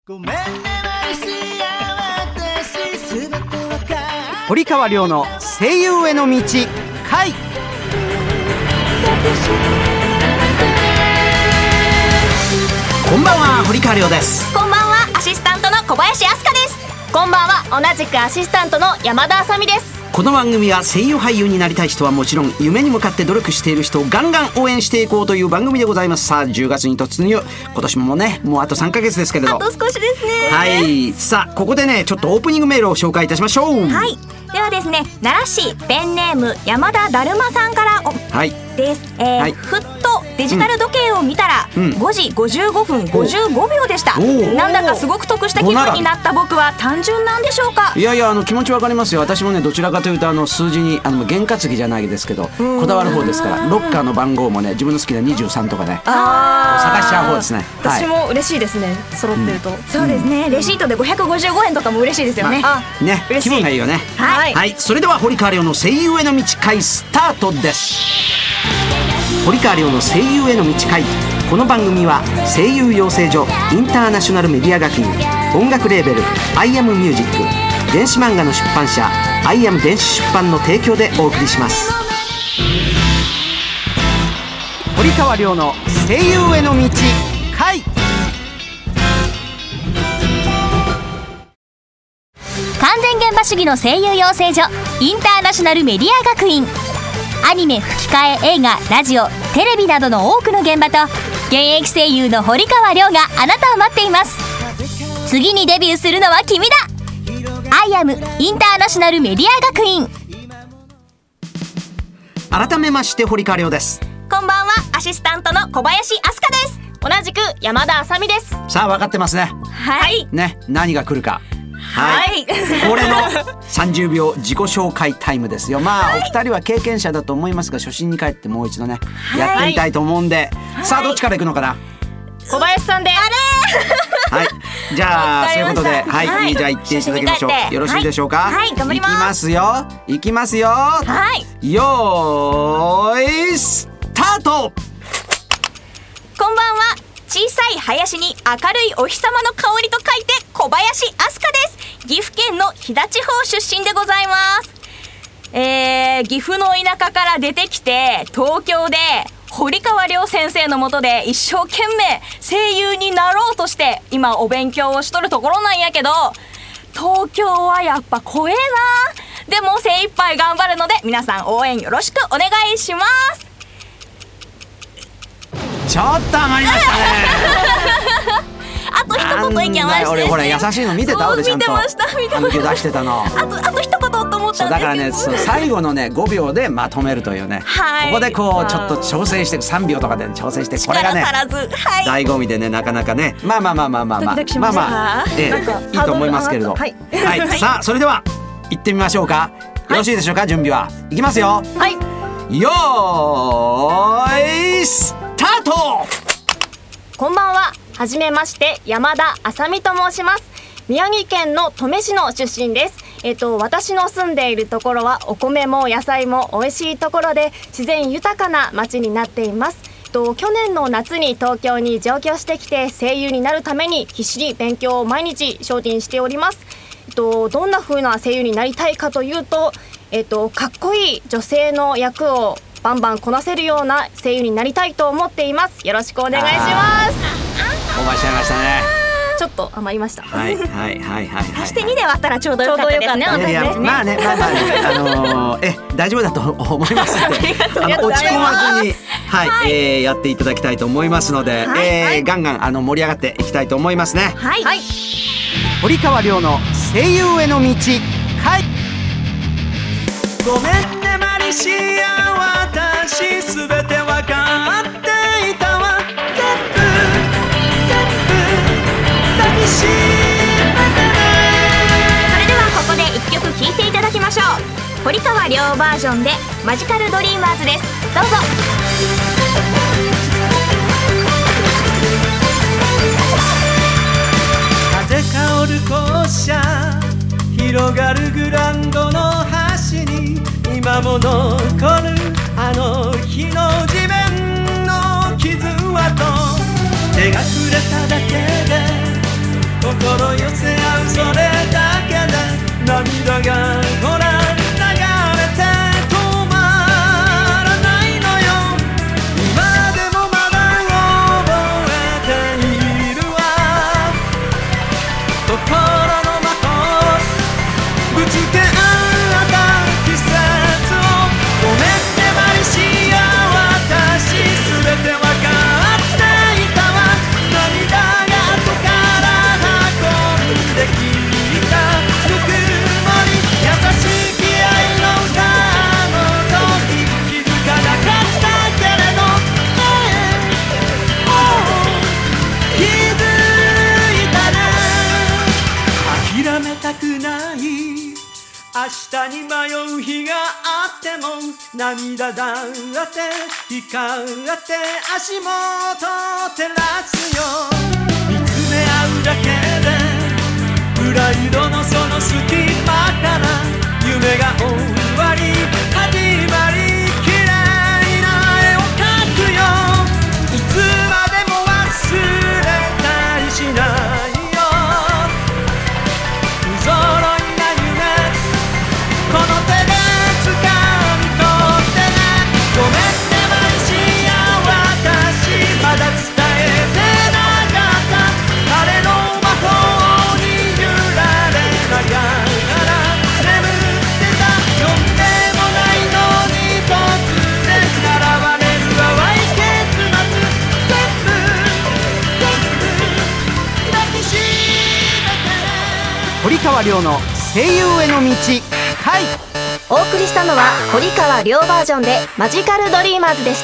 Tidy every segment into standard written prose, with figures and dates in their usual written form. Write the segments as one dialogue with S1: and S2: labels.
S1: ごめんねマルシア、私すべてわかる。
S2: 堀川亮の声優への道回。こんばんは、堀川亮です。
S3: こんばんは、アシスタントの小林明日香です。こんばんは、同じくアシスタントの山田あさみです。
S2: この番組は声優俳優になりたい人はもちろん、夢に向かって努力している人をガンガン応援していこうという番組でございます。さあ10月に突入、今年もね、もうあと3ヶ月ですけれど、
S3: あと少しですね。
S2: はい、さあここでね、ちょっとオープニングメールを紹介いたしましょう。
S3: はい、ではですね、奈良市ペンネーム山田だるまさんから
S2: はい
S3: です。
S2: はい、
S3: ふっとデジタル時計を見たら、5時55分55秒でした。
S2: お
S3: なんだかすごく得した気分になった僕は単純なんでしょうか。
S2: いやいや、気持ちわかりますよ。私もね、どちらかというと数字に験担ぎじゃないですけど、こだわる方ですから、ロッカーの番号もね、自分の好きな23とかね、探しちゃう方ですね。
S4: 私も嬉しいですね、揃ってると。
S3: そうですね、レシートで555円とかも嬉しいですよね。
S2: ね、気分がいいよね。はい、それでは堀川亮の声優への道会スタートです。堀川亮の声優への道会。この番組は声優養成所インターナショナルメディア学院、音楽レーベルアイアムミュージック、電子漫画の出版社アイアム電子出版の提供でお送りします。堀川亮の声優への道会。
S3: 完全現場主義の声優養成所インターナショナルメディア学院。アニメ、吹き替え、映画、ラジオ、テレビなどの多くの現場と現役声優の堀川亮があなたを待っています。次にデビューするのは君だ。アイアムインターナショナルメディア学院。
S2: 改めまして堀川亮です。
S3: こんばんは、アシスタントの小林明日香です。同じく山田あさみです。
S2: さあ分かってますね。
S3: はい
S2: ね、何が来るか。
S3: はい、
S2: これの30秒自己紹介タイムですよ。まあ、お二人は経験者だと思いますが、初心に帰ってもう一度ね、やってみたいと思うんで、さあどっちから行くのかな。
S3: 小林さんで。
S2: はい、じゃあそういうことで、はい、じゃあ行っていただきましょう。よろしいでしょうか。
S3: はい、頑張ります。
S2: 行きますよ、行きますよ。
S3: はい、
S2: よーいスタート。
S3: こんばんは、小さい林に明るいお日様の香りと書いて小林明日香です。岐阜県の飛騨地方出身でございます。岐阜の田舎から出てきて東京で堀川亮先生の下で一生懸命声優になろうとして今お勉強をしとるところなんやけど、東京はやっぱ怖えな。でも精一杯頑張るので皆さん応援よろしくお願いします。
S2: ちょっと余りましたね。
S3: あと一言いけましたね。
S2: 俺ほら優しいの見てた。俺ちゃんと
S3: 見てました
S2: 出してたの。
S3: あと一言と思ったんですけど、
S2: だからね、最後のね5秒でまとめるというね、
S3: はい、
S2: ここでこうちょっと調整して3秒とかで調整して、これがね
S3: 力足らず、はい、
S2: 醍醐味でね、なかなかね、まあいいと思いますけれど、はい、さあそれでは行ってみましょうか。よろしいでしょうか。準備はいきますよ。
S4: はい、
S2: よーいスタート。
S4: こんばんは、はじめまして、山田あさみと申します。宮城県の登米市の出身です。私の住んでいるところはお米も野菜も美味しいところで自然豊かな町になっています。去年の夏に東京に上京してきて声優になるために必死に勉強を毎日精進しております。どんな風な声優になりたいかというと、かっこいい女性の役をバンバンこなせるような声優になりたいと思っています。よろしくお願いします。
S2: オーバーしちゃいましたね。
S4: ちょっと余りました。
S2: はい。
S3: 足して2で割ったらちょうどよかったですね。
S2: いやまあね、大丈夫だと思いますので、落ち込まずに、はい、やっていただきたいと思いますので、ガンガン盛り上がっていきたいと思いますね。
S3: はい。
S2: 堀川亮の声優への道。はい。ごめんねマリシア、私すべてわかっていたわ。
S3: それではここで1曲聴いていただきましょう。堀川亮バージョンでマジカルドリーマーズです。どうぞ。
S1: 風香る校舎、広がるグラウンドの端に今も残るあの日の地面の傷跡、手が触れただけで心寄せ合うそれだけで涙がほら流れて止まらないのよ。今でもまだ覚えているわ。心の魔法ぶつけ合った季節をごめんねマリシア、私すべてわかっていたわ。涙が後から運んできたぬくもり優しき愛の歌の時気づかなかったけれど、気づいたね。諦めたくない明日に迷う日があっても涙だって光って足元照らすよ。見つめ合うだけでプライドのその隙間から夢が終わり始まり綺麗な絵を描くよ。いつまでも忘れたりしないよ。不揃いな夢この手で掴み取ってね。ごめんねマリシア、私まだ伝えてなかった彼の魔法に揺られながら眠ってた。読んでもないのに突然現れる淡い結末、全部抱きしめてね。
S2: 堀川亮の声優への道回。
S4: お送りしたのは堀川亮バージョンでマジカルドリーマーズでした。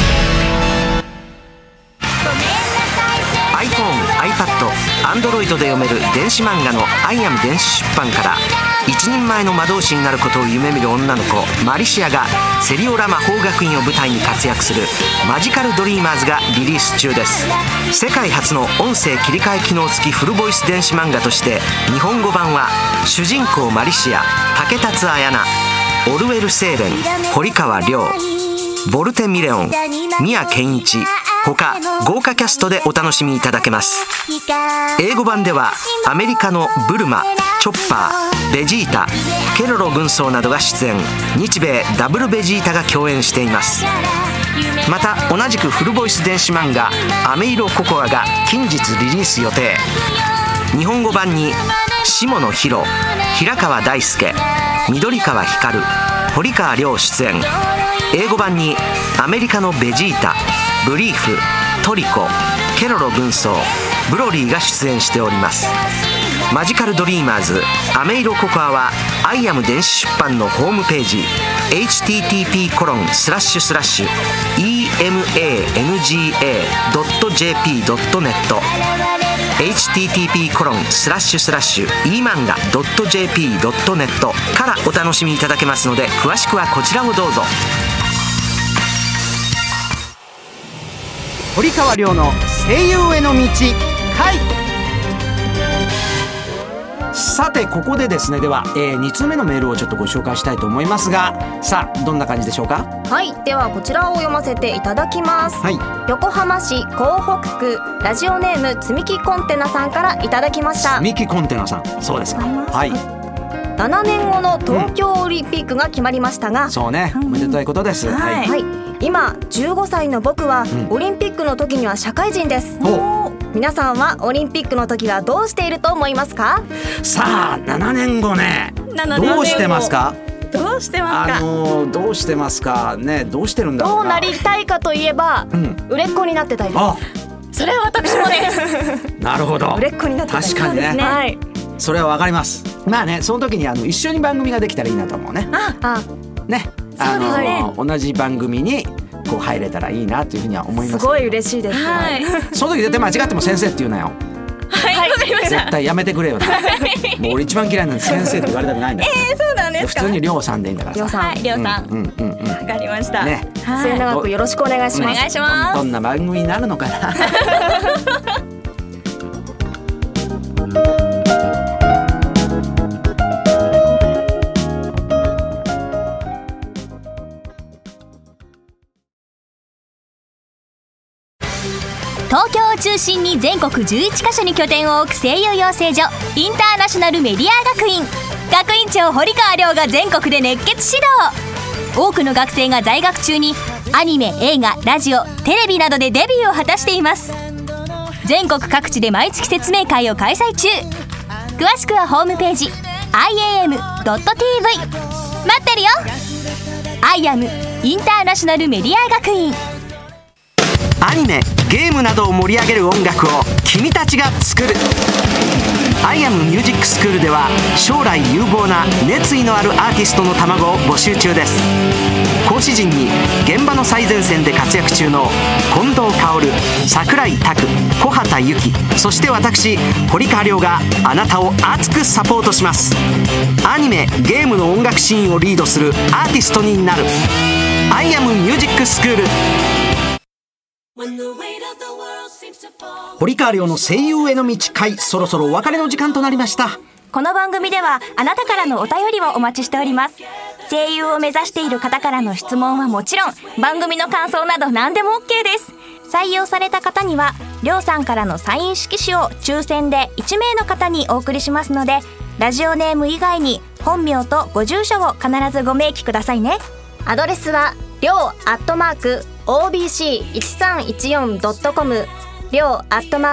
S2: iPhone、iPad、Android で読める電子漫画のアイアム電子出版から一人前の魔導士になることを夢見る女の子マリシアがセリオラ魔法学院を舞台に活躍するマジカルドリーマーズがリリース中です。世界初の音声切り替え機能付きフルボイス電子漫画として日本語版は主人公マリシア、竹達彩奈、オルウェル・セーレン、堀川亮、ボルテ・ミレオン、宮健一他豪華キャストでお楽しみいただけます。英語版ではアメリカのブルマ、チョッパー、ベジータ、ケロロ軍曹などが出演、日米ダブルベジータが共演しています。また同じくフルボイス電子漫画アメイロココアが近日リリース予定。日本語版に下野紘、平川大輔、緑川光、堀川亮出演。英語版にアメリカのベジータ、ブリーフ、トリコ、ケロロ軍曹、ブロリーが出演しております。マジカルドリーマーズアメイロココアはアイアム電子出版のホームページ http://emanga.jp.net http://emanga.jp.net からお楽しみいただけますので、詳しくはこちらをどうぞ。堀川亮の声優への道回。さてここでですね、では、2通目のメールをちょっとご紹介したいと思いますが、さあどんな感じでしょうか。
S4: はい、ではこちらを読ませていただきます。
S2: はい、
S4: 横浜市港北区ラジオネーム積み木コンテナさんからいただきました。
S2: 積み木コンテナさん、そうですか。はい、
S4: 7年後の東京オリンピックが決まりましたが、
S2: そうね、おめでたいことです。
S4: はい、今15歳の僕はオリンピックの時には社会人です。皆さんはオリンピックの時はどうしていると思いますか。
S2: さあ7年後ね、どうしてますか。
S3: どうしてますか。
S2: どうしてますかね。どうしてるんだろうな。
S4: どうなりたいかといえば、売れっ子になってたいです。
S2: あ、
S3: それは私もです。
S2: なるほど。
S4: 売れっ子になってたい。
S2: 確かにね。
S4: はい、
S2: それはわかります。まあね、その時に一緒に番組ができたらいいなと思うね。ね、同じ番組にこう入れたらいいなというふうには思います。
S4: すごい嬉しいです。
S3: はい。
S2: その時絶対間違っても先生って言うなよ。
S3: はい、わかりました。
S2: 絶対やめてくれよな。もう俺一番嫌いなんで先生って言われたくないんだ。
S3: そうなんですか。
S2: 普通にりょうさんでいいんだからさ。
S3: りょうさん。わかりました。
S2: ね。
S4: 末永くよろしくお願いします。
S3: お願いします。
S2: どんな番組になるのかな。
S5: 東京
S3: 中心に全国11カ所に拠点を置く声優養成所インターナショナルメディア学院。学院長堀川亮が全国で熱血指導。多くの学生が在学中にアニメ、映画、ラジオ、テレビなどでデビューを果たしています。全国各地で毎月説明会を開催中。詳しくはホームページ iam.tv 待ってるよ。アイアムインターナショナルメディア学院。
S2: アニメ、ゲームなどを盛り上げる音楽を君たちが作る。アイアムミュージックスクールでは将来有望な熱意のあるアーティストの卵を募集中です。講師陣に現場の最前線で活躍中の近藤薫、櫻井拓、小畑由紀、そして私堀川亮があなたを熱くサポートします。アニメ、ゲームの音楽シーンをリードするアーティストになる。アイアムミュージックスクール。堀川亮の声優への道会、そろそろお別れの時間となりました。
S3: この番組ではあなたからのお便りをお待ちしております。声優を目指している方からの質問はもちろん、番組の感想など何でも OK です。採用された方には亮さんからのサイン色紙を抽選で1名の方にお送りしますので、ラジオネーム以外に本名とご住所を必ずご明記くださいね。
S4: アドレスはりょう@obc1314.com、りょう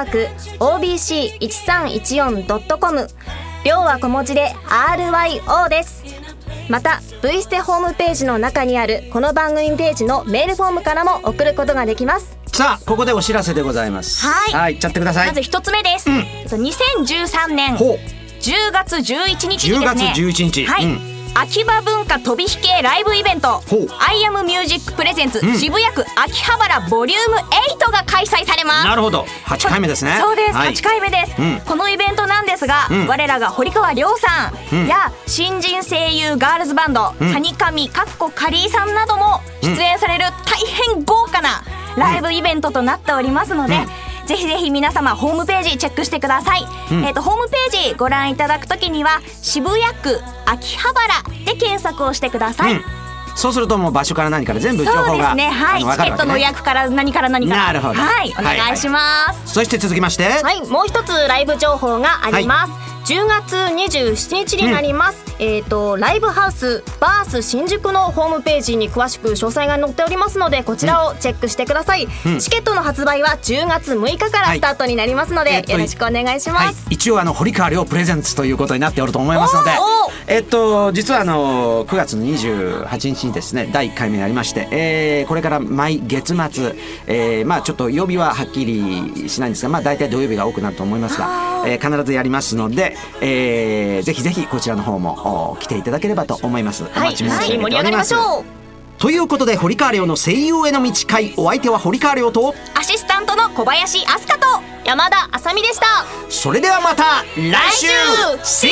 S4: @obc1314.com、りょうは小文字で RYO です。また V ステホームページの中にあるこの番組ページのメールフォームからも送ることができます。
S2: さあ、ここでお知らせでございます。
S3: はい、
S2: 言っちゃってください。
S3: まず一つ目です。2013年10月11日にですね、
S2: 10月11日、
S3: はい、秋葉文化飛び火系ライブイベントアイアムミュージックプレゼンツ、渋谷区秋葉原ボリューム8が開催されます。
S2: なるほど、8回目ですね。
S3: そうです、
S2: はい、
S3: 8回目です、このイベントなんですが、我らが堀川亮さんや新人声優ガールズバンド、カニカミかっこカリーさんなども出演される大変豪華なライブイベントとなっておりますので、ぜひぜひ皆様ホームページチェックしてください。ホームページご覧いただくときには渋谷区秋葉原で検索をしてください。
S2: そうするともう場所から何から全部情報が、
S3: そうですね、はい、チケットの予約から何から何から、
S2: なるほど、
S3: はい、お願いします、
S2: そして続きまして、
S4: はい、もう一つライブ情報があります、10月27日になります、ライブハウスバース新宿のホームページに詳しく詳細が載っておりますので、こちらをチェックしてください、チケットの発売は10月6日からスタートになりますので、よろしくお願いします、
S2: 一応堀川亮プレゼンツということになっておると思いますので、実は9月の28日にですね第1回目になりまして、これから毎月末、ちょっと曜日ははっきりしないんですが、大体土曜日が多くなると思いますが、必ずやりますので、ぜひぜひこちらの方も来ていただければと思います。お待ち申し上げております。盛り上がりましょう。ということで堀川亮の声優への道会、お相手は堀川亮と
S3: アシスタントの小林明日香と
S4: 山田あさみでした。
S2: それではまた来週 See you。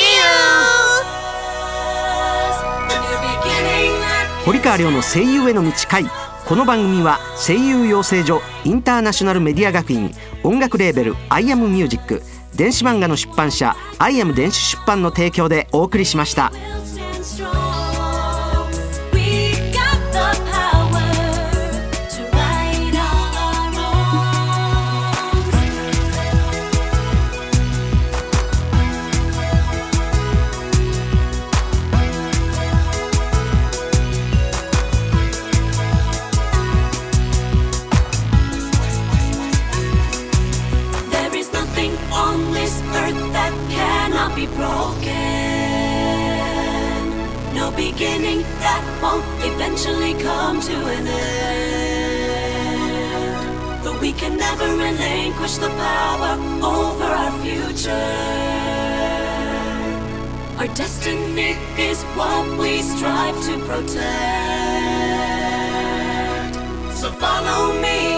S2: 堀川亮の声優への道会、この番組は声優養成所インターナショナルメディア学院、音楽レーベルアイアムミュージック、電子漫画の出版社アイアム電子出版の提供でお送りしました。
S1: Beginning that won't eventually come to an end, but we can never relinquish the power over our future. Our destiny is what we strive to protect, so follow me